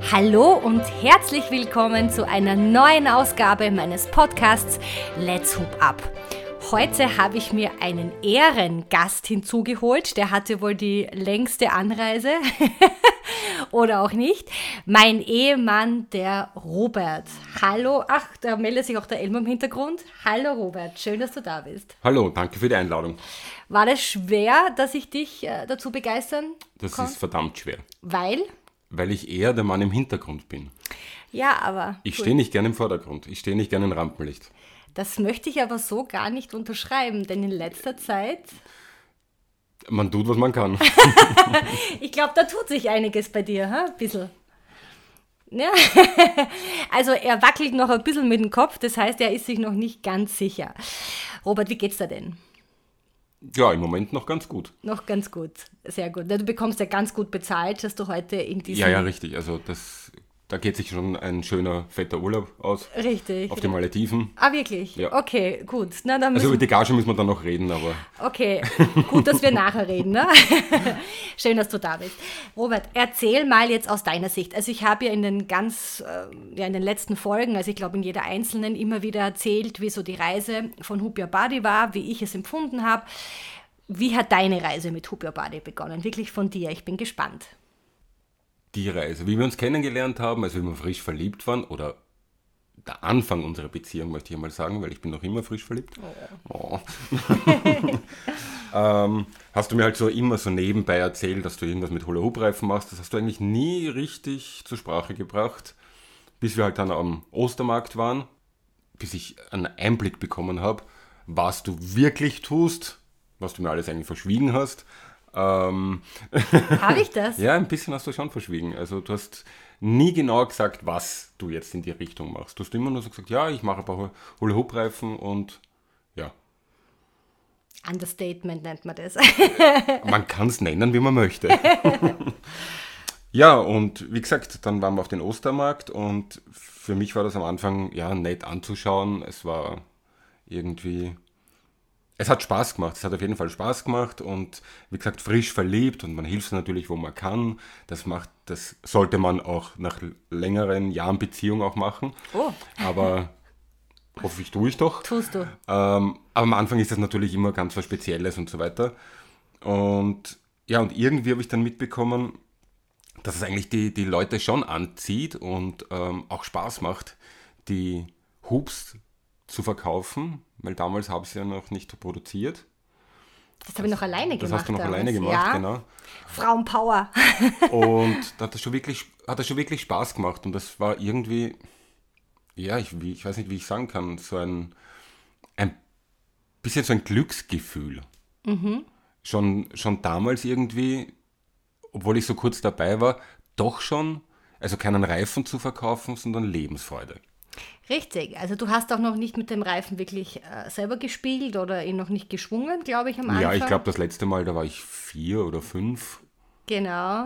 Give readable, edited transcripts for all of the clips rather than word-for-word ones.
Hallo und herzlich willkommen zu einer neuen Ausgabe meines Podcasts Let's Hoop Up. Heute habe ich mir einen Ehrengast hinzugeholt, der hatte wohl die längste Anreise oder auch nicht. Mein Ehemann, der Robert. Hallo, ach, da meldet sich auch der Elmo im Hintergrund. Hallo Robert, schön, dass du da bist. Hallo, danke für die Einladung. War das schwer, dass ich dich dazu begeistern Das konnte? ist verdammt schwer, Weil? weil ich eher der Mann im Hintergrund bin. Ja, aber... Ich cool. stehe nicht gerne im Vordergrund, ich stehe nicht gerne im Rampenlicht. Das möchte ich aber so gar nicht unterschreiben, denn in letzter Zeit, Man tut, was man kann. ich glaube, da tut sich einiges bei dir, ein bisschen. Ja. Also er wackelt noch ein bisschen mit dem Kopf, das heißt, er ist sich noch nicht ganz sicher. Robert, wie geht's dir denn? Ja, im Moment noch ganz gut. Noch ganz gut, sehr gut. Du bekommst ja ganz gut bezahlt, dass du heute in diesem... Ja, richtig. Also da geht sich schon ein schöner, fetter Urlaub aus. Richtig. Auf den Malediven. Ah, wirklich? Ja. Okay, gut. Na, dann Also müssen... über die Gage müssen wir dann noch reden, aber Okay, gut, dass wir nachher reden. Ne? Schön, dass du da bist. Robert, erzähl mal jetzt aus deiner Sicht. Also ich habe ja in den in den letzten Folgen, also ich glaube in jeder einzelnen, immer wieder erzählt, wie so die Reise von Hoop Your Body war, wie ich es empfunden habe. Wie hat deine Reise mit Hoop Your Body begonnen? Wirklich von dir, ich bin gespannt. die Reise, wie wir uns kennengelernt haben, also wie wir frisch verliebt waren, oder der Anfang unserer Beziehung, möchte ich mal sagen, weil ich bin noch immer frisch verliebt. Oh. Hast du mir halt so immer so nebenbei erzählt, dass du irgendwas mit Hula-Hoop-Reifen machst. Das hast du eigentlich nie richtig zur Sprache gebracht, bis wir halt dann am Ostermarkt waren, bis ich einen Einblick bekommen habe, was du wirklich tust, was du mir alles eigentlich verschwiegen hast. Habe ich das? Ja, ein bisschen hast du schon verschwiegen. Also du hast nie genau gesagt, was du jetzt in die Richtung machst. Du hast immer nur so gesagt, ja, ich mache ein paar Hula-Hoop-Reifen und ja. Understatement nennt man das. Man kann es nennen, wie man möchte. Ja, und wie gesagt, dann waren wir auf den Ostermarkt und für mich war das am Anfang ja nett anzuschauen. Es war irgendwie... Es hat Spaß gemacht, es hat auf jeden Fall Spaß gemacht und wie gesagt, frisch verliebt und man hilft natürlich, wo man kann. Das sollte man auch nach längeren Jahren Beziehung auch machen. Oh. Aber hoffe ich, tue ich doch. Tust du. Aber am Anfang ist das natürlich immer ganz was Spezielles und so weiter. Und ja, und irgendwie habe ich dann mitbekommen, dass es eigentlich die Leute schon anzieht und auch Spaß macht, die Hoops zu verkaufen, weil damals habe ich sie ja noch nicht produziert. Das habe ich noch alleine gemacht. Das hast du noch damals. alleine gemacht, Ja. genau. Frauenpower. Und da hat das schon wirklich Spaß gemacht und das war irgendwie, ja, ich weiß nicht, wie ich sagen kann, so ein bisschen so ein Glücksgefühl. Schon damals irgendwie, obwohl ich so kurz dabei war, doch schon, also keinen Reifen zu verkaufen, sondern Lebensfreude. Richtig, also du hast auch noch nicht mit dem Reifen wirklich selber gespielt oder ihn noch nicht geschwungen, glaube ich, am Anfang. Ja, ich glaube, das letzte Mal, da war ich 4 oder 5. Genau.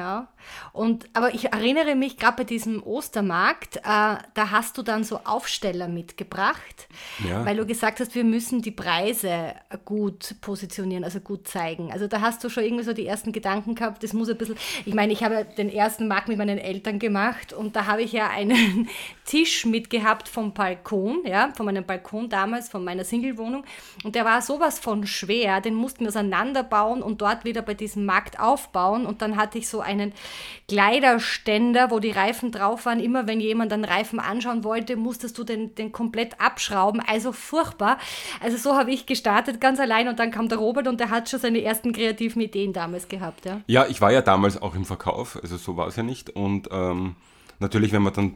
Aber ich erinnere mich gerade bei diesem Ostermarkt, da hast du dann so Aufsteller mitgebracht, Ja. weil du gesagt hast, wir müssen die Preise gut positionieren, also gut zeigen. Also da hast du schon irgendwie so die ersten Gedanken gehabt, das muss ein bisschen, ich meine, ich habe ja den ersten Markt mit meinen Eltern gemacht und da habe ich ja einen Tisch mitgehabt vom Balkon, ja, von meinem Balkon damals, von meiner Single-Wohnung und der war sowas von schwer, den mussten wir auseinanderbauen und dort wieder bei diesem Markt aufbauen. Und dann hatte ich so einen Kleiderständer, wo die Reifen drauf waren. Immer wenn jemand einen Reifen anschauen wollte, musstest du den komplett abschrauben. Also furchtbar. Also so habe ich gestartet, ganz allein. Und dann kam der Robert und der hat schon seine ersten kreativen Ideen damals gehabt. Ja, Ja, ich war ja damals auch im Verkauf, also so war es ja nicht. Und natürlich, wenn man dann,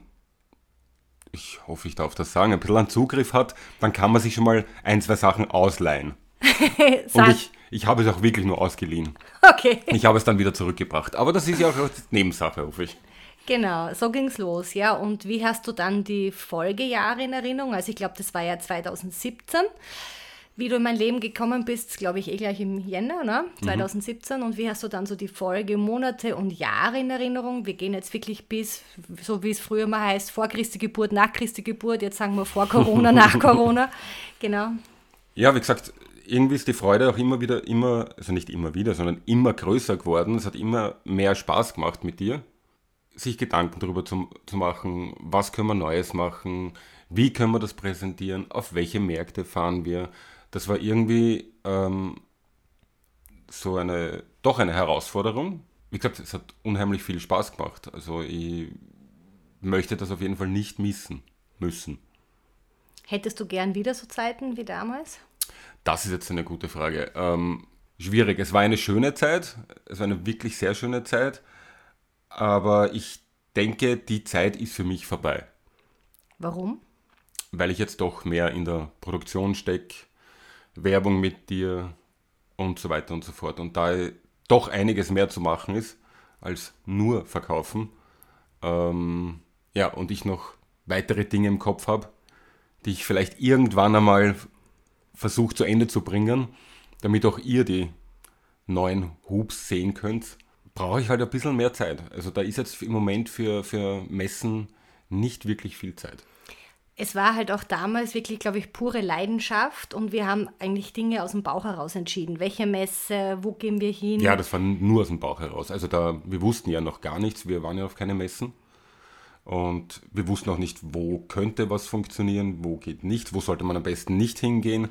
ich hoffe, ich darf das sagen, ein bisschen einen Zugriff hat, dann kann man sich schon mal 1, 2 Sachen ausleihen. Und ich habe es auch wirklich nur ausgeliehen. Okay. Ich habe es dann wieder zurückgebracht. Aber das ist ja auch eine Nebensache, hoffe ich. Genau, so ging's los, ja. Und wie hast du dann die Folgejahre in Erinnerung? Also ich glaube, das war ja 2017, wie du in mein Leben gekommen bist, glaube ich, gleich im Jänner, ne? 2017. Und wie hast du dann so die Folgemonate und Jahre in Erinnerung? Wir gehen jetzt wirklich bis, so wie es früher mal heißt, vor Christi Geburt, nach Christi Geburt. Jetzt sagen wir vor Corona, nach Corona. Genau. Ja, wie gesagt, irgendwie ist die Freude auch also nicht immer wieder, sondern immer größer geworden. Es hat immer mehr Spaß gemacht mit dir. sich Gedanken darüber zu machen, was können wir Neues machen, wie können wir das präsentieren, auf welche Märkte fahren wir. Das war irgendwie so doch eine Herausforderung. Wie gesagt, es hat unheimlich viel Spaß gemacht. Also ich möchte das auf jeden Fall nicht missen müssen. Hättest du gern wieder so Zeiten wie damals? Das ist jetzt eine gute Frage. Schwierig. Es war eine schöne Zeit. Es war eine wirklich sehr schöne Zeit. Aber ich denke, die Zeit ist für mich vorbei. Warum? Weil ich jetzt doch mehr in der Produktion stecke, Werbung mit dir und so weiter und so fort. Und da doch einiges mehr zu machen ist, als nur verkaufen. Ja, und ich noch weitere Dinge im Kopf habe, die ich vielleicht irgendwann einmal versuche zu Ende zu bringen, damit auch ihr die neuen Hubs sehen könnt, brauche ich halt ein bisschen mehr Zeit. Also da ist jetzt im Moment für Messen nicht wirklich viel Zeit. Es war halt auch damals wirklich, glaube ich, pure Leidenschaft und wir haben eigentlich Dinge aus dem Bauch heraus entschieden. Welche Messe, wo gehen wir hin? Ja, das war nur aus dem Bauch heraus. Also wir wussten ja noch gar nichts, wir waren ja auf keine Messen und wir wussten auch nicht, wo könnte was funktionieren, wo geht nicht, wo sollte man am besten nicht hingehen.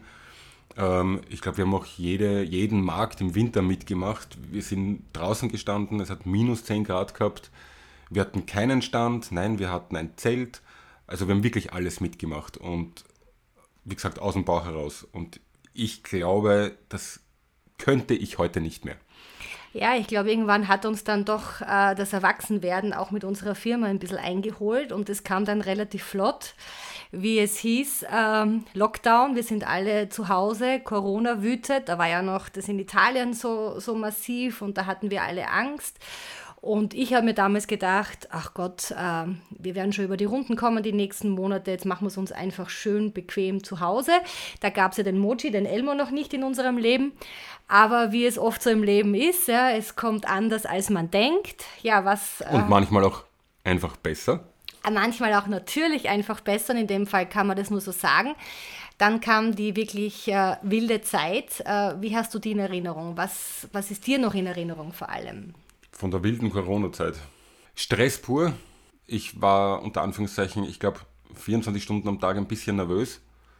Ich glaube, wir haben auch jeden Markt im Winter mitgemacht. Wir sind draußen gestanden, es hat minus 10 Grad gehabt. Wir hatten keinen Stand, nein, wir hatten ein Zelt. Also wir haben wirklich alles mitgemacht und wie gesagt, aus dem Bauch heraus. Und ich glaube, das könnte ich heute nicht mehr. Ja, ich glaube, irgendwann hat uns dann doch das Erwachsenwerden auch mit unserer Firma ein bisschen eingeholt und es kam dann relativ flott, wie es hieß, Lockdown, wir sind alle zu Hause, Corona wütet, da war ja noch das in Italien so massiv und da hatten wir alle Angst. Und ich habe mir damals gedacht, ach Gott, wir werden schon über die Runden kommen die nächsten Monate, jetzt machen wir es uns einfach schön bequem zu Hause. Da gab es ja den Mochi, den Elmo noch nicht in unserem Leben, aber wie es oft so im Leben ist, ja, es kommt anders als man denkt. Ja, und manchmal auch einfach besser. Manchmal auch natürlich einfach besser, und in dem Fall kann man das nur so sagen. Dann kam die wirklich wilde Zeit. Wie hast du die in Erinnerung? Was ist dir noch in Erinnerung vor allem? Von der wilden Corona-Zeit. Stress pur. Ich war unter Anführungszeichen, ich glaube, 24 Stunden am Tag ein bisschen nervös.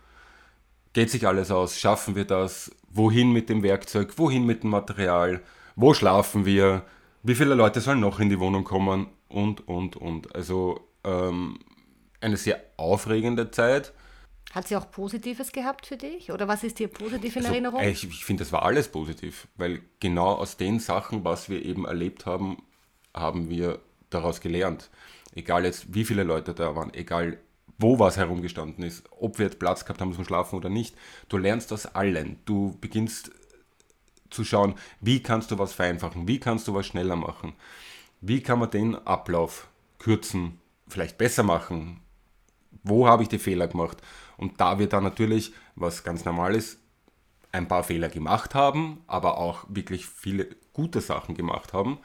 Geht sich alles aus? Schaffen wir das? Wohin mit dem Werkzeug? Wohin mit dem Material? Wo schlafen wir? Wie viele Leute sollen noch in die Wohnung kommen? Und. Also eine sehr aufregende Zeit. Hat sie auch Positives gehabt für dich? Oder was ist dir positiv in Erinnerung? Ich finde, das war alles positiv, weil genau aus den Sachen, was wir eben erlebt haben, haben wir daraus gelernt. Egal jetzt, wie viele Leute da waren, egal wo was herumgestanden ist, ob wir jetzt Platz gehabt haben zum Schlafen oder nicht, du lernst aus allen. Du beginnst zu schauen, wie kannst du was vereinfachen, wie kannst du was schneller machen, wie kann man den Ablauf kürzen, vielleicht besser machen, wo habe ich die Fehler gemacht. Und da wir dann natürlich, was ganz normal ist, ein paar Fehler gemacht haben, aber auch wirklich viele gute Sachen gemacht haben,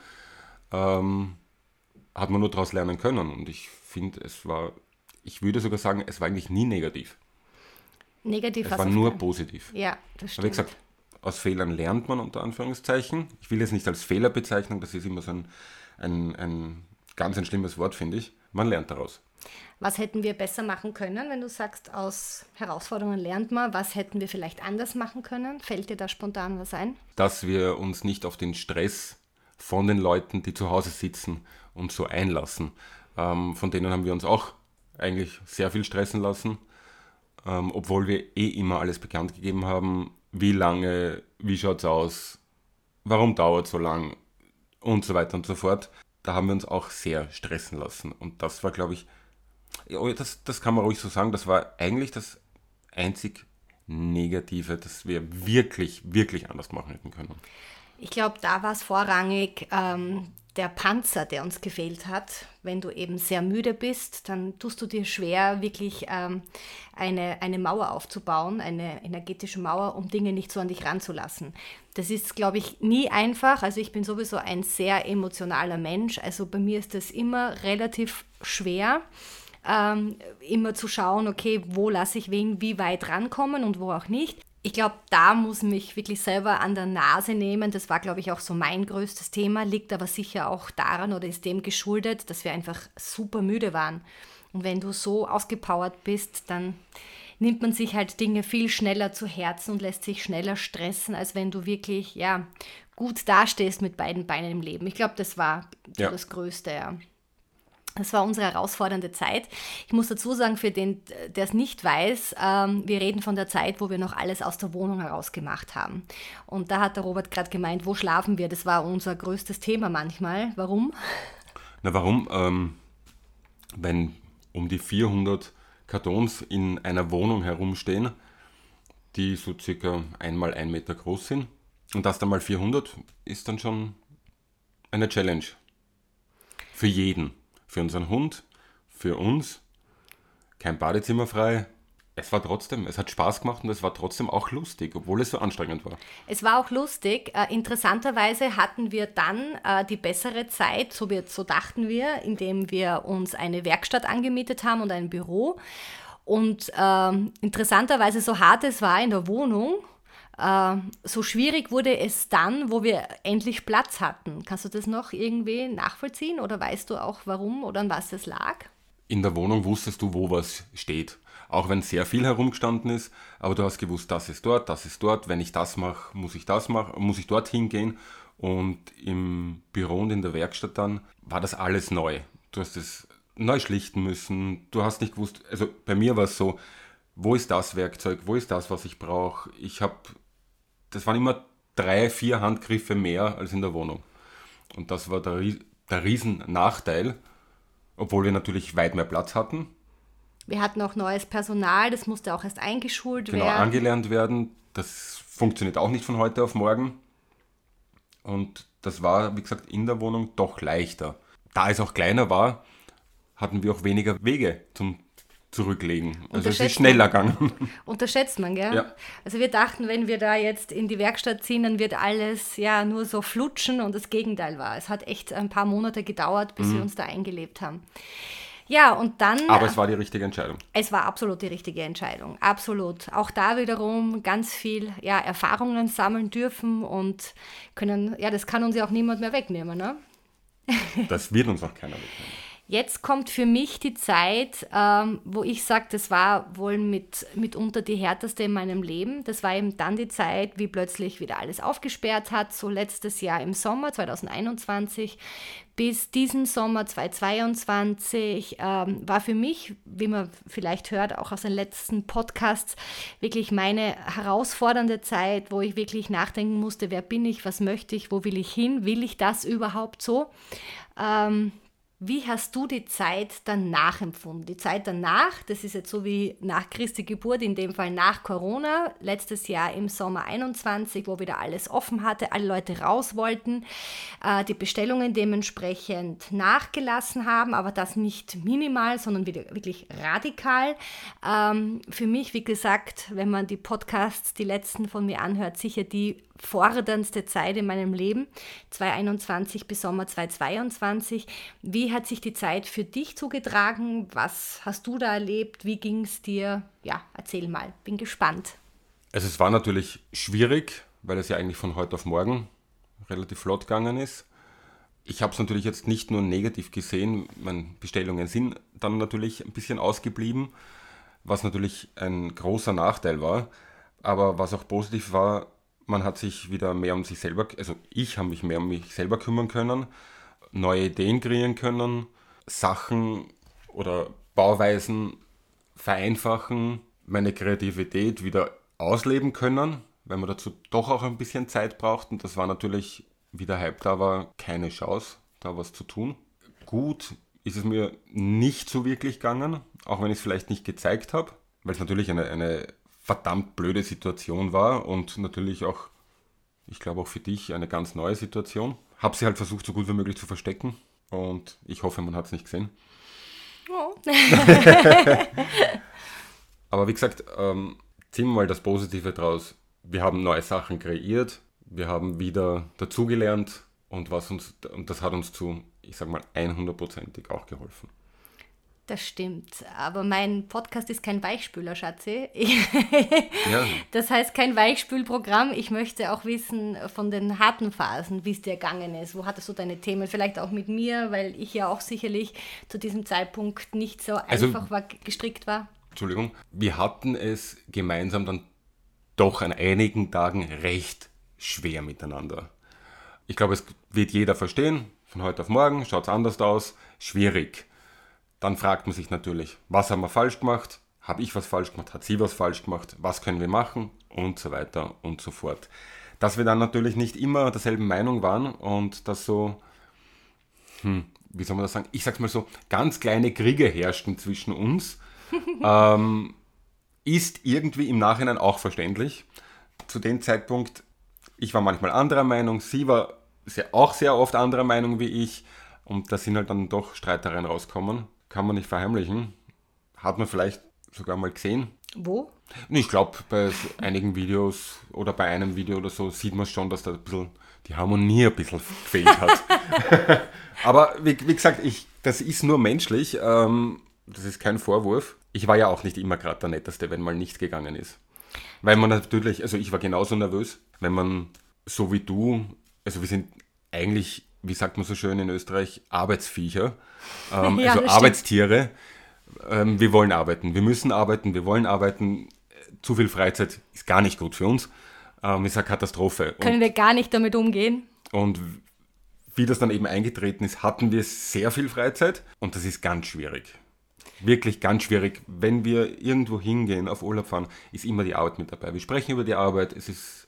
hat man nur daraus lernen können. Und ich finde, ich würde sogar sagen, es war eigentlich nie negativ. Negativ es war nur positiv. Ja, das stimmt. Aber wie gesagt, aus Fehlern lernt man unter Anführungszeichen. Ich will es nicht als Fehler bezeichnen, das ist immer so ein ganz schlimmes Wort, finde ich. Man lernt daraus. Was hätten wir besser machen können, wenn du sagst, aus Herausforderungen lernt man? Was hätten wir vielleicht anders machen können? Fällt dir da spontan was ein? Dass wir uns nicht auf den Stress von den Leuten, die zu Hause sitzen und so einlassen. Von denen haben wir uns auch eigentlich sehr viel stressen lassen, obwohl wir immer alles bekannt gegeben haben, wie lange, wie schaut es aus, warum dauert es so lang und so weiter und so fort. Da haben wir uns auch sehr stressen lassen. Und das war, glaube ich, das kann man ruhig so sagen, das war eigentlich das einzig Negative, das wir wirklich, wirklich anders machen hätten können. Ich glaube, da war es vorrangig der Panzer, der uns gefehlt hat. Wenn du eben sehr müde bist, dann tust du dir schwer, wirklich eine Mauer aufzubauen, eine energetische Mauer, um Dinge nicht so an dich ranzulassen. Das ist, glaube ich, nie einfach. Also ich bin sowieso ein sehr emotionaler Mensch. Also bei mir ist das immer relativ schwer, immer zu schauen, okay, wo lasse ich wen wie weit rankommen und wo auch nicht. Ich glaube, da muss mich wirklich selber an der Nase nehmen. Das war, glaube ich, auch so mein größtes Thema, liegt aber sicher auch daran oder ist dem geschuldet, dass wir einfach super müde waren. Und wenn du so ausgepowert bist, dann nimmt man sich halt Dinge viel schneller zu Herzen und lässt sich schneller stressen, als wenn du wirklich ja, gut dastehst mit beiden Beinen im Leben. Ich glaube, das war so Ja. das Größte, ja. Das war unsere herausfordernde Zeit. Ich muss dazu sagen, für den, der es nicht weiß, wir reden von der Zeit, wo wir noch alles aus der Wohnung heraus gemacht haben. Und da hat der Robert gerade gemeint, wo schlafen wir? Das war unser größtes Thema manchmal. Warum? Na warum? Wenn um die 400 Kartons in einer Wohnung herumstehen, die so circa 1 mal 1 Meter groß sind, und das dann mal 400, ist dann schon eine Challenge. Für jeden. Für unseren Hund, für uns. Kein Badezimmer frei. Es hat Spaß gemacht und es war trotzdem auch lustig, obwohl es so anstrengend war. Es war auch lustig. Interessanterweise hatten wir dann die bessere Zeit, so dachten wir, indem wir uns eine Werkstatt angemietet haben und ein Büro. Und interessanterweise, so hart es war in der Wohnung, so schwierig wurde es dann, wo wir endlich Platz hatten. Kannst du das noch irgendwie nachvollziehen oder weißt du auch warum oder an was es lag? In der Wohnung wusstest du, wo was steht. Auch wenn sehr viel herumgestanden ist, aber du hast gewusst, das ist dort, das ist dort. Wenn ich das mache, muss ich das machen, muss ich dorthin gehen. Und im Büro und in der Werkstatt dann war das alles neu. Du hast es neu schlichten müssen. Du hast nicht gewusst, also bei mir war es so, wo ist das Werkzeug, wo ist das, was ich brauche. Das waren immer 3, 4 Handgriffe mehr als in der Wohnung. Und das war der Riesennachteil, obwohl wir natürlich weit mehr Platz hatten. Wir hatten auch neues Personal, das musste auch erst eingeschult Genau, werden. angelernt werden. Das funktioniert auch nicht von heute auf morgen. Und das war, wie gesagt, in der Wohnung doch leichter. Da es auch kleiner war, hatten wir auch weniger Wege zum Zurücklegen. Also es ist schneller gegangen. Unterschätzt man, gell? Ja. Also wir dachten, wenn wir da jetzt in die Werkstatt ziehen, dann wird alles ja nur so flutschen und das Gegenteil war. Es hat echt ein paar Monate gedauert, bis wir uns da eingelebt haben. Ja, und dann... Aber es war die richtige Entscheidung. Es war absolut die richtige Entscheidung, absolut. Auch da wiederum ganz viel ja, Erfahrungen sammeln dürfen und können, ja, das kann uns ja auch niemand mehr wegnehmen, ne? Das wird uns auch keiner wegnehmen. Jetzt kommt für mich die Zeit, wo ich sage, das war wohl mitunter die härteste in meinem Leben. Das war eben dann die Zeit, wie plötzlich wieder alles aufgesperrt hat, so letztes Jahr im Sommer 2021 bis diesen Sommer 2022 war für mich, wie man vielleicht hört, auch aus den letzten Podcasts, wirklich meine herausfordernde Zeit, wo ich wirklich nachdenken musste, wer bin ich, was möchte ich, wo will ich hin, will ich das überhaupt so? Wie hast du die Zeit danach empfunden? Die Zeit danach, das ist jetzt so wie nach Christi Geburt, in dem Fall nach Corona, letztes Jahr im Sommer 21, wo wieder alles offen hatte, alle Leute raus wollten, die Bestellungen dementsprechend nachgelassen haben, aber das nicht minimal, sondern wieder wirklich radikal. Für mich, wie gesagt, wenn man die Podcasts, die letzten von mir anhört, sicher die forderndste Zeit in meinem Leben, 2021 bis Sommer 2022. Wie hat sich die Zeit für dich zugetragen? Was hast du da erlebt? Wie ging es dir? Ja, erzähl mal, bin gespannt. Also es war natürlich schwierig, weil es ja eigentlich von heute auf morgen relativ flott gegangen ist. Ich habe es natürlich jetzt nicht nur negativ gesehen, meine Bestellungen sind dann natürlich ein bisschen ausgeblieben, was natürlich ein großer Nachteil war. Aber was auch positiv war, man hat sich wieder mehr um sich selber, also ich habe mich mehr um mich selber kümmern können, neue Ideen kreieren können, Sachen oder Bauweisen vereinfachen, meine Kreativität wieder ausleben können, weil man dazu doch auch ein bisschen Zeit braucht. Und das war natürlich, wie der Hype da war, keine Chance, da was zu tun. Gut ist es mir nicht so wirklich gegangen, auch wenn ich es vielleicht nicht gezeigt habe, weil es natürlich eine verdammt blöde Situation war und natürlich auch, ich glaube auch für dich, eine ganz neue Situation. Habe sie halt versucht, so gut wie möglich zu verstecken und ich hoffe, man hat es nicht gesehen. Oh. Aber wie gesagt, ziehen wir mal das Positive draus. Wir haben neue Sachen kreiert, wir haben wieder dazugelernt und das hat uns zu, ich sag mal, 100%ig auch geholfen. Das stimmt, aber mein Podcast ist kein Weichspüler, Schatzi. Ja. Das heißt kein Weichspülprogramm. Ich möchte auch wissen von den harten Phasen, wie es dir ergangen ist. Wo hattest du deine Themen? Vielleicht auch mit mir, weil ich ja auch sicherlich zu diesem Zeitpunkt nicht so einfach gestrickt war. Entschuldigung, wir hatten es gemeinsam dann doch an einigen Tagen recht schwer miteinander. Ich glaube, es wird jeder verstehen, von heute auf morgen schaut es anders aus, schwierig. Dann fragt man sich natürlich, was haben wir falsch gemacht, habe ich was falsch gemacht, hat sie was falsch gemacht, was können wir machen und so weiter und so fort. Dass wir dann natürlich nicht immer derselben Meinung waren und dass so, wie soll man das sagen, ich sag's mal so, ganz kleine Kriege herrschten zwischen uns, ist irgendwie im Nachhinein auch verständlich. Zu dem Zeitpunkt, ich war manchmal anderer Meinung, sie war auch sehr oft anderer Meinung wie ich und da sind halt dann doch Streitereien rausgekommen. Kann man nicht verheimlichen. Hat man vielleicht sogar mal gesehen. Wo? Ich glaube, bei einigen Videos oder bei einem Video oder so sieht man schon, dass da ein bisschen die Harmonie ein bisschen gefehlt hat. Aber wie gesagt, das ist nur menschlich. Das ist kein Vorwurf. Ich war ja auch nicht immer gerade der Netteste, wenn mal nichts gegangen ist. Weil man natürlich, also ich war genauso nervös, wenn man so wie du, also wir sind eigentlich, wie sagt man so schön in Österreich, Arbeitsviecher, also Arbeitstiere. Wir wollen arbeiten, wir müssen arbeiten, wir wollen arbeiten. Zu viel Freizeit ist gar nicht gut für uns. Ist eine Katastrophe. Können wir gar nicht damit umgehen. Und wie das dann eben eingetreten ist, hatten wir sehr viel Freizeit und das ist ganz schwierig. Wirklich ganz schwierig. Wenn wir irgendwo hingehen, auf Urlaub fahren, ist immer die Arbeit mit dabei. Wir sprechen über die Arbeit, es ist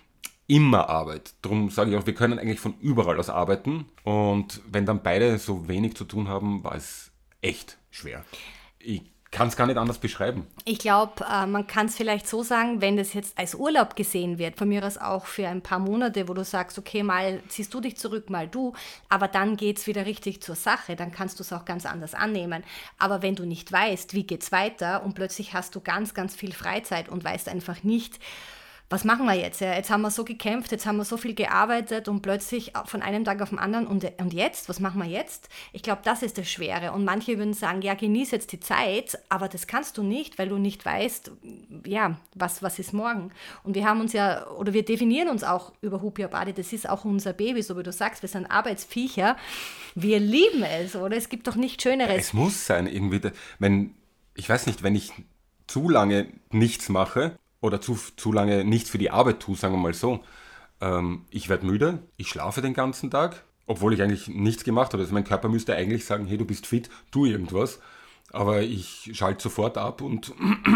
immer Arbeit. Darum sage ich auch, wir können eigentlich von überall aus arbeiten. Und wenn dann beide so wenig zu tun haben, war es echt schwer. Ich kann es gar nicht anders beschreiben. Ich glaube, man kann es vielleicht so sagen, wenn das jetzt als Urlaub gesehen wird, von mir aus auch für ein paar Monate, wo du sagst, okay, mal ziehst du dich zurück, mal du, aber dann geht es wieder richtig zur Sache, dann kannst du es auch ganz anders annehmen. Aber wenn du nicht weißt, wie geht es weiter und plötzlich hast du ganz, ganz viel Freizeit und weißt einfach nicht, was machen wir jetzt? Ja, jetzt haben wir so gekämpft, jetzt haben wir so viel gearbeitet und plötzlich von einem Tag auf den anderen und jetzt? Was machen wir jetzt? Ich glaube, das ist das Schwere. Und manche würden sagen, ja, genieß jetzt die Zeit, aber das kannst du nicht, weil du nicht weißt, ja, was ist morgen? Und wir haben uns ja, oder wir definieren uns auch über Hoop Your Body, das ist auch unser Baby, so wie du sagst, wir sind Arbeitsviecher. Wir lieben es, oder? Es gibt doch nichts Schöneres. Es muss sein, irgendwie. Ich weiß nicht, wenn ich zu lange nichts mache, oder zu lange nichts für die Arbeit tue, sagen wir mal so. Ich werde müde, ich schlafe den ganzen Tag, obwohl ich eigentlich nichts gemacht habe. Also mein Körper müsste eigentlich sagen, hey, du bist fit, tu irgendwas. Aber ich schalte sofort ab und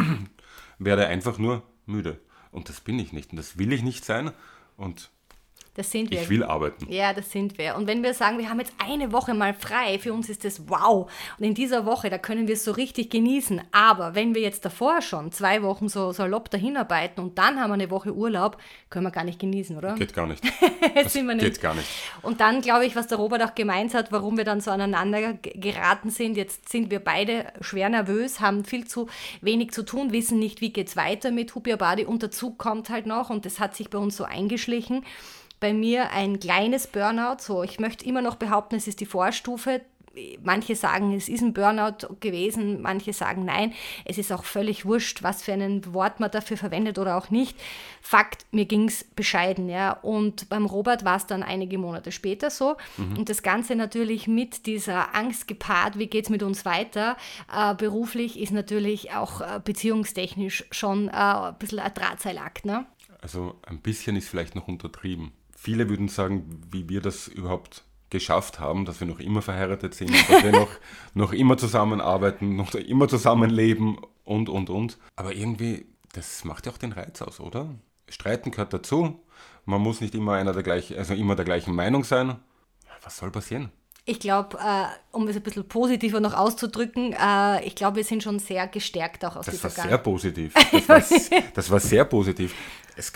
werde einfach nur müde. Und das bin ich nicht und das will ich nicht sein. Und das sind wir. Ich will arbeiten. Ja, das sind wir. Und wenn wir sagen, wir haben jetzt eine Woche mal frei, für uns ist das wow. Und in dieser Woche, da können wir es so richtig genießen. Aber wenn wir jetzt davor schon 2 Wochen so salopp dahin arbeiten und dann haben wir eine Woche Urlaub, können wir gar nicht genießen, oder? Geht gar nicht. Das sind wir nicht. Geht gar nicht. Und dann, glaube ich, was der Robert auch gemeint hat, warum wir dann so aneinander geraten sind. Jetzt sind wir beide schwer nervös, haben viel zu wenig zu tun, wissen nicht, wie geht es weiter mit Hoop Your Body. Und dazu kommt halt noch, und das hat sich bei uns so eingeschlichen, bei mir ein kleines Burnout, so ich möchte immer noch behaupten, es ist die Vorstufe. Manche sagen, es ist ein Burnout gewesen, manche sagen nein. Es ist auch völlig wurscht, was für ein Wort man dafür verwendet oder auch nicht. Fakt, mir ging es bescheiden, ja. Und beim Robert war es dann einige Monate später so. Und das Ganze natürlich mit dieser Angst gepaart, wie geht es mit uns weiter. Beruflich ist natürlich auch beziehungstechnisch schon ein bisschen ein Drahtseilakt, ne? Also ein bisschen ist vielleicht noch untertrieben. Viele würden sagen, wie wir das überhaupt geschafft haben, dass wir noch immer verheiratet sind, dass wir noch immer zusammenarbeiten, noch immer zusammenleben und. Aber irgendwie, das macht ja auch den Reiz aus, oder? Streiten gehört dazu. Man muss nicht immer immer der gleichen Meinung sein. Was soll passieren? Ich glaube, um es ein bisschen positiver noch auszudrücken, ich glaube, wir sind schon sehr gestärkt auch aus dieser Gang. Das war sehr positiv. Das war sehr positiv. Es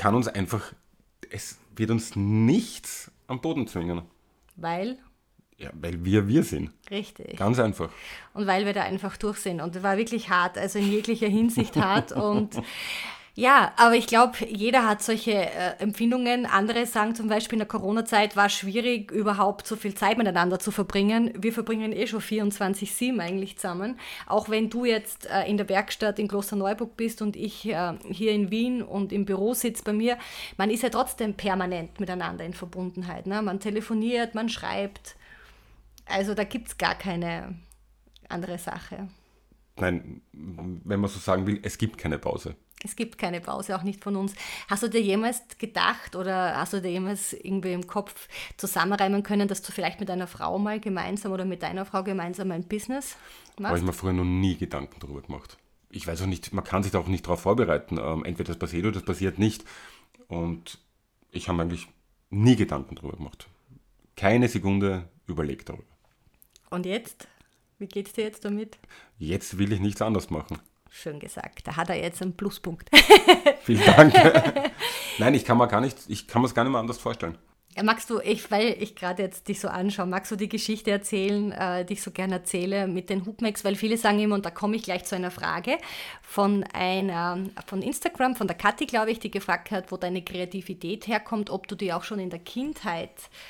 wird uns nichts am Boden zwingen. Weil? Ja, weil wir sind. Richtig. Ganz einfach. Und weil wir da einfach durch sind. Und es war wirklich hart, also in jeglicher Hinsicht hart. Und Ja, aber ich glaube, jeder hat solche Empfindungen. Andere sagen zum Beispiel, in der Corona-Zeit war es schwierig, überhaupt so viel Zeit miteinander zu verbringen. Wir verbringen eh schon 24/7 eigentlich zusammen. Auch wenn du jetzt in der Werkstatt in Klosterneuburg bist und ich hier in Wien und im Büro sitze bei mir, man ist ja trotzdem permanent miteinander in Verbundenheit. Ne? Man telefoniert, man schreibt. Also da gibt es gar keine andere Sache. Nein, wenn man so sagen will, es gibt keine Pause. Es gibt keine Pause, auch nicht von uns. Hast du dir jemals gedacht oder hast du dir jemals irgendwie im Kopf zusammenreimen können, dass du vielleicht mit deiner Frau mal gemeinsam oder mit deiner Frau gemeinsam ein Business Da habe ich machst? mir früher noch nie Gedanken darüber gemacht. Ich weiß auch nicht, man kann sich da auch nicht darauf vorbereiten. Entweder das passiert oder das passiert nicht. Und ich habe mir eigentlich nie Gedanken darüber gemacht. Keine Sekunde überlegt darüber. Und jetzt? Wie geht's dir jetzt damit? Jetzt will ich nichts anderes machen. Schön gesagt. Da hat er jetzt einen Pluspunkt. Vielen Dank. Nein, ich kann mir es gar nicht mehr anders vorstellen. Ja, magst du, weil ich gerade jetzt dich so anschaue, magst du die Geschichte erzählen, die ich so gerne erzähle mit den Hoopmex? Weil viele sagen immer, und da komme ich gleich zu einer Frage, von Instagram, von der Kathi, glaube ich, die gefragt hat, wo deine Kreativität herkommt, ob du die auch schon in der Kindheit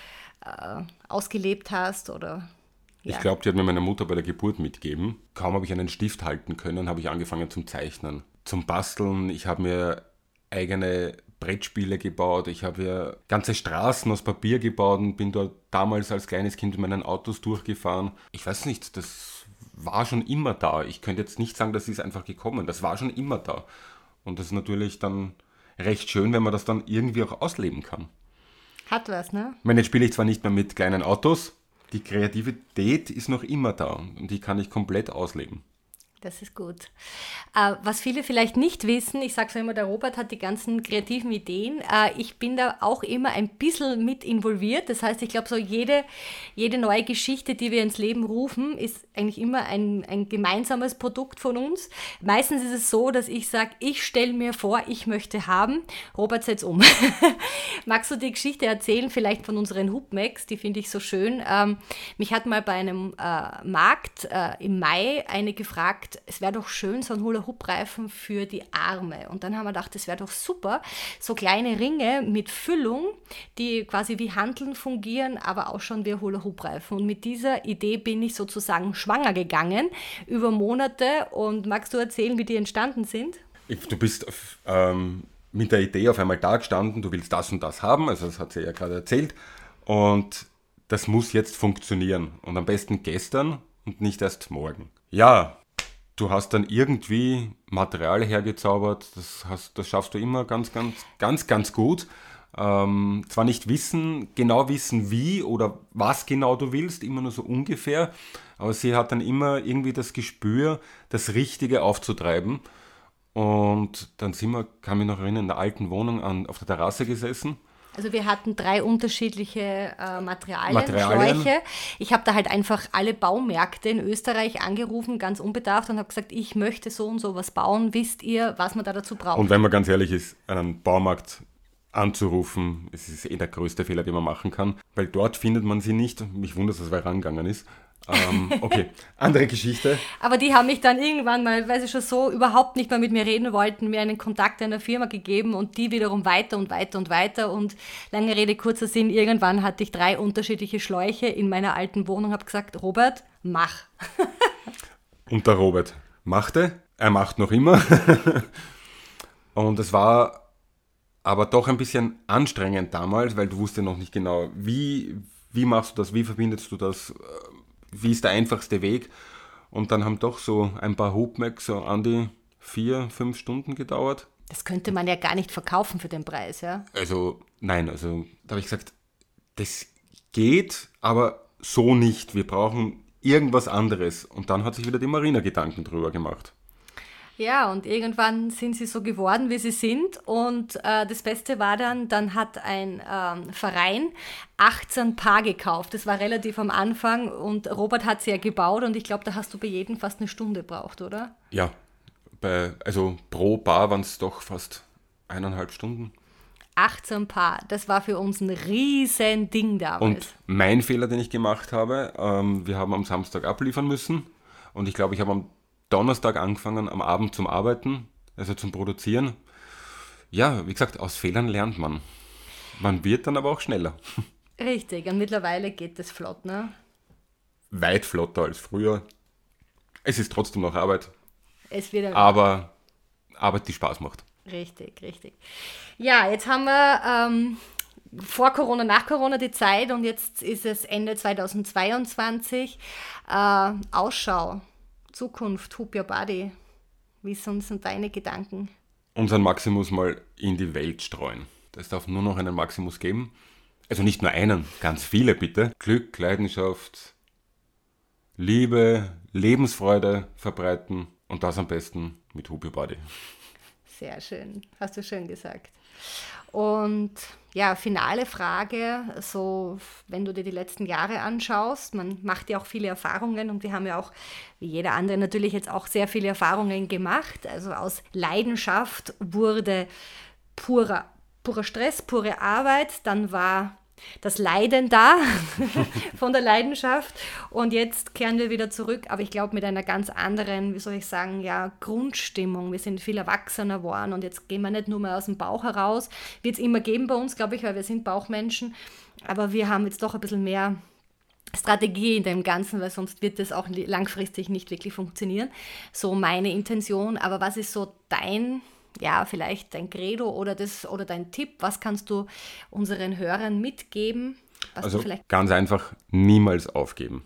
ausgelebt hast oder... Ich Ja. glaube, die hat mir meine Mutter bei der Geburt mitgegeben. Kaum habe ich einen Stift halten können, habe ich angefangen zum Zeichnen, zum Basteln. Ich habe mir eigene Brettspiele gebaut. Ich habe mir ganze Straßen aus Papier gebaut und bin dort damals als kleines Kind mit meinen Autos durchgefahren. Ich weiß nicht, das war schon immer da. Ich könnte jetzt nicht sagen, das ist einfach gekommen. Das war schon immer da. Und das ist natürlich dann recht schön, wenn man das dann irgendwie auch ausleben kann. Hat was, ne? Ich meine, jetzt spiele ich zwar nicht mehr mit kleinen Autos, die Kreativität ist noch immer da und die kann ich komplett ausleben. Das ist gut. Was viele vielleicht nicht wissen, ich sage es ja immer, der Robert hat die ganzen kreativen Ideen. Ich bin da auch immer ein bisschen mit involviert. Das heißt, ich glaube, so jede neue Geschichte, die wir ins Leben rufen, ist eigentlich immer ein gemeinsames Produkt von uns. Meistens ist es so, dass ich sage, ich stelle mir vor, ich möchte haben. Robert, setz um. Magst du die Geschichte erzählen, vielleicht von unseren Hoopmex? Die finde ich so schön. Mich hat mal bei einem Markt im Mai eine gefragt, es wäre doch schön, so ein Hula-Hoop-Reifen für die Arme. Und dann haben wir gedacht, das wäre doch super, so kleine Ringe mit Füllung, die quasi wie Hanteln fungieren, aber auch schon wie ein Hula-Hoop-Reifen. Und mit dieser Idee bin ich sozusagen schwanger gegangen über Monate. Und magst du erzählen, wie die entstanden sind? Du bist mit der Idee auf einmal da gestanden, du willst das und das haben, also das hat sie ja gerade erzählt. Und das muss jetzt funktionieren. Und am besten gestern und nicht erst morgen. Ja, du hast dann irgendwie Material hergezaubert, das schaffst du immer ganz gut. Zwar nicht genau wissen wie oder was genau du willst, immer nur so ungefähr, aber sie hat dann immer irgendwie das Gespür, das Richtige aufzutreiben. Und dann kann mich noch erinnern, in der alten Wohnung auf der Terrasse gesessen. Also wir hatten 3 unterschiedliche Materialien, Materialien. Schläuche. Ich habe da halt einfach alle Baumärkte in Österreich angerufen, ganz unbedarft, und habe gesagt, ich möchte so und so was bauen. Wisst ihr, was man da dazu braucht? Und wenn man ganz ehrlich ist, einen Baumarkt anzurufen, es ist eh der größte Fehler, den man machen kann, weil dort findet man sie nicht. Mich wundert, dass es rangegangen ist. Okay, andere Geschichte. Aber die haben mich dann irgendwann mal, weil sie schon so überhaupt nicht mehr mit mir reden wollten, mir einen Kontakt einer Firma gegeben und die wiederum weiter und weiter und weiter. Und lange Rede, kurzer Sinn, irgendwann hatte ich 3 unterschiedliche Schläuche in meiner alten Wohnung, habe gesagt, Robert, mach. Und der Robert machte, er macht noch immer. Und es war aber doch ein bisschen anstrengend damals, weil du wusstest noch nicht genau, wie machst du das, wie verbindest du das, wie ist der einfachste Weg. Und dann haben doch so ein paar Hoopmex so an die 4-5 Stunden gedauert. Das könnte man ja gar nicht verkaufen für den Preis, ja? Also, nein, also da habe ich gesagt, das geht, aber so nicht. Wir brauchen irgendwas anderes. Und dann hat sich wieder die Marina Gedanken drüber gemacht. Ja, und irgendwann sind sie so geworden, wie sie sind. Und das Beste war dann hat ein Verein 18 Paar gekauft. Das war relativ am Anfang und Robert hat sie ja gebaut und ich glaube, da hast du bei jedem fast eine Stunde gebraucht, oder? Ja, also pro Paar waren es doch fast 1,5 Stunden. 18 Paar, das war für uns ein riesen Ding damals. Und mein Fehler, den ich gemacht habe, wir haben am Samstag abliefern müssen und ich glaube, ich habe am Donnerstag angefangen, am Abend zum Arbeiten, also zum Produzieren. ja, wie gesagt, aus Fehlern lernt man. Man wird dann aber auch schneller. Richtig, und mittlerweile geht das flott, ne? Weit flotter als früher. Es ist trotzdem noch Arbeit, Es wird aber Arbeit, die Spaß macht. richtig, richtig. Ja, jetzt haben wir vor Corona, nach Corona die Zeit und jetzt ist es Ende 2022. Ausschau, Zukunft, Hoop Your Body. Wie sind deine Gedanken? Unseren Maximus mal in die Welt streuen. Es darf nur noch einen Maximus geben. Also nicht nur einen, ganz viele bitte. Glück, Leidenschaft, Liebe, Lebensfreude verbreiten und das am besten mit Hoop Your Body. Sehr schön, hast du schön gesagt. Und ja, finale Frage, so wenn du dir die letzten Jahre anschaust, man macht ja auch viele Erfahrungen und wir haben ja auch, wie jeder andere natürlich jetzt auch sehr viele Erfahrungen gemacht. Also aus Leidenschaft wurde purer Stress, pure Arbeit, dann war das Leiden da von der Leidenschaft und jetzt kehren wir wieder zurück, aber ich glaube mit einer ganz anderen, wie soll ich sagen, ja, Grundstimmung. Wir sind viel erwachsener geworden und jetzt gehen wir nicht nur mehr aus dem Bauch heraus. Wird es immer geben bei uns, glaube ich, weil wir sind Bauchmenschen, aber wir haben jetzt doch ein bisschen mehr Strategie in dem Ganzen, weil sonst wird das auch langfristig nicht wirklich funktionieren. So meine Intention, aber was ist so vielleicht dein Credo oder dein Tipp, was kannst du unseren Hörern mitgeben? Also ganz einfach, niemals aufgeben.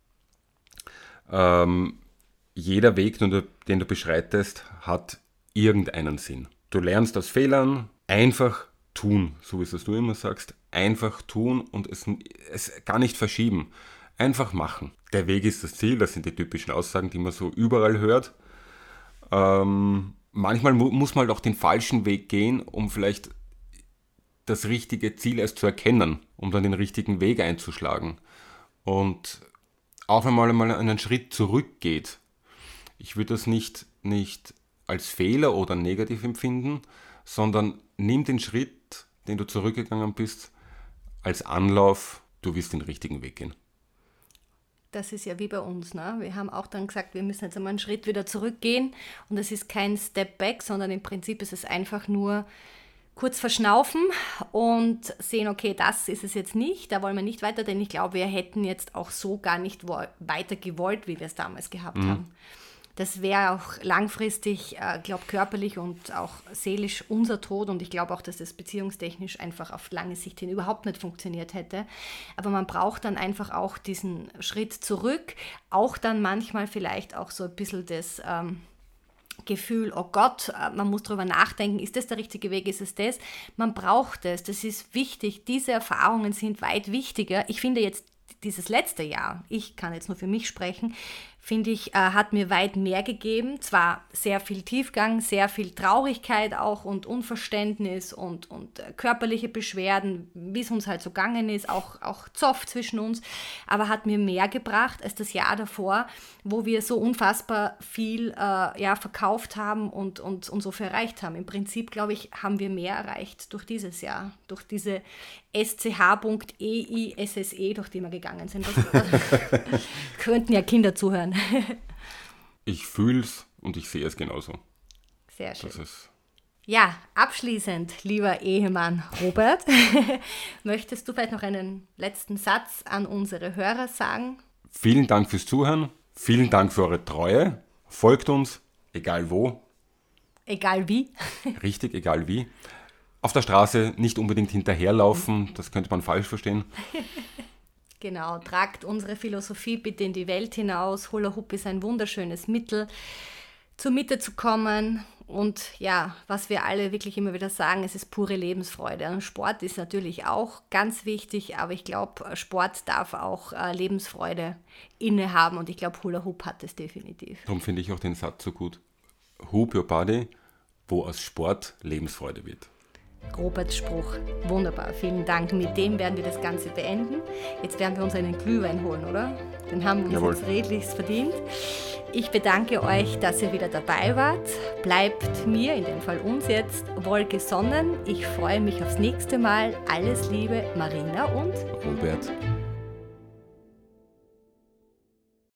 Jeder Weg, den du beschreitest, hat irgendeinen Sinn. Du lernst aus Fehlern, einfach tun, so wie es du immer sagst, einfach tun und es gar nicht verschieben. Einfach machen. Der Weg ist das Ziel, das sind die typischen Aussagen, die man so überall hört. Manchmal muss man halt auch den falschen Weg gehen, um vielleicht das richtige Ziel erst zu erkennen, um dann den richtigen Weg einzuschlagen. Und auch wenn man mal einen Schritt zurückgeht, ich würde das nicht als Fehler oder negativ empfinden, sondern nimm den Schritt, den du zurückgegangen bist, als Anlauf, du wirst den richtigen Weg gehen. Das ist ja wie bei uns, ne? Wir haben auch dann gesagt, wir müssen jetzt einmal einen Schritt wieder zurückgehen und es ist kein Step Back, sondern im Prinzip ist es einfach nur kurz verschnaufen und sehen, okay, das ist es jetzt nicht, da wollen wir nicht weiter, denn ich glaube, wir hätten jetzt auch so gar nicht weiter gewollt, wie wir es damals gehabt haben. Das wäre auch langfristig, glaube körperlich und auch seelisch unser Tod und ich glaube auch, dass das beziehungstechnisch einfach auf lange Sicht hin überhaupt nicht funktioniert hätte. Aber man braucht dann einfach auch diesen Schritt zurück, auch dann manchmal vielleicht auch so ein bisschen das Gefühl, oh Gott, man muss darüber nachdenken, ist das der richtige Weg, ist es das? Man braucht es, das ist wichtig, diese Erfahrungen sind weit wichtiger. Ich finde jetzt dieses letzte Jahr, ich kann jetzt nur für mich sprechen, finde ich, hat mir weit mehr gegeben. Zwar sehr viel Tiefgang, sehr viel Traurigkeit auch und Unverständnis und körperliche Beschwerden, wie es uns halt so gegangen ist, auch Zoff zwischen uns, aber hat mir mehr gebracht als das Jahr davor, wo wir so unfassbar viel verkauft haben und so viel erreicht haben. Im Prinzip, glaube ich, haben wir mehr erreicht durch dieses Jahr, durch diese SCH.EISSE, durch die wir gegangen sind. Könnten ja Kinder zuhören. Ich fühle es und ich sehe es genauso. Sehr schön. Ja, abschließend, lieber Ehemann Robert, möchtest du vielleicht noch einen letzten Satz an unsere Hörer sagen? Vielen Dank fürs Zuhören, vielen Dank für eure Treue. Folgt uns, egal wo. Egal wie. Richtig, egal wie. Auf der Straße nicht unbedingt hinterherlaufen, das könnte man falsch verstehen. Genau, tragt unsere Philosophie bitte in die Welt hinaus. Hula Hoop ist ein wunderschönes Mittel, zur Mitte zu kommen. Und ja, was wir alle wirklich immer wieder sagen, es ist pure Lebensfreude. Und Sport ist natürlich auch ganz wichtig, aber ich glaube, Sport darf auch Lebensfreude innehaben. Und ich glaube, Hula Hoop hat es definitiv. Darum finde ich auch den Satz so gut. Hoop Your Body, wo aus Sport Lebensfreude wird. Roberts Spruch. Wunderbar, vielen Dank. Mit dem werden wir das Ganze beenden. Jetzt werden wir uns einen Glühwein holen, oder? Den haben wir uns jetzt redlichst verdient. Ich bedanke euch, dass ihr wieder dabei wart. Bleibt mir, in dem Fall uns jetzt, wohlgesonnen. Ich freue mich aufs nächste Mal. Alles Liebe, Marina und Robert.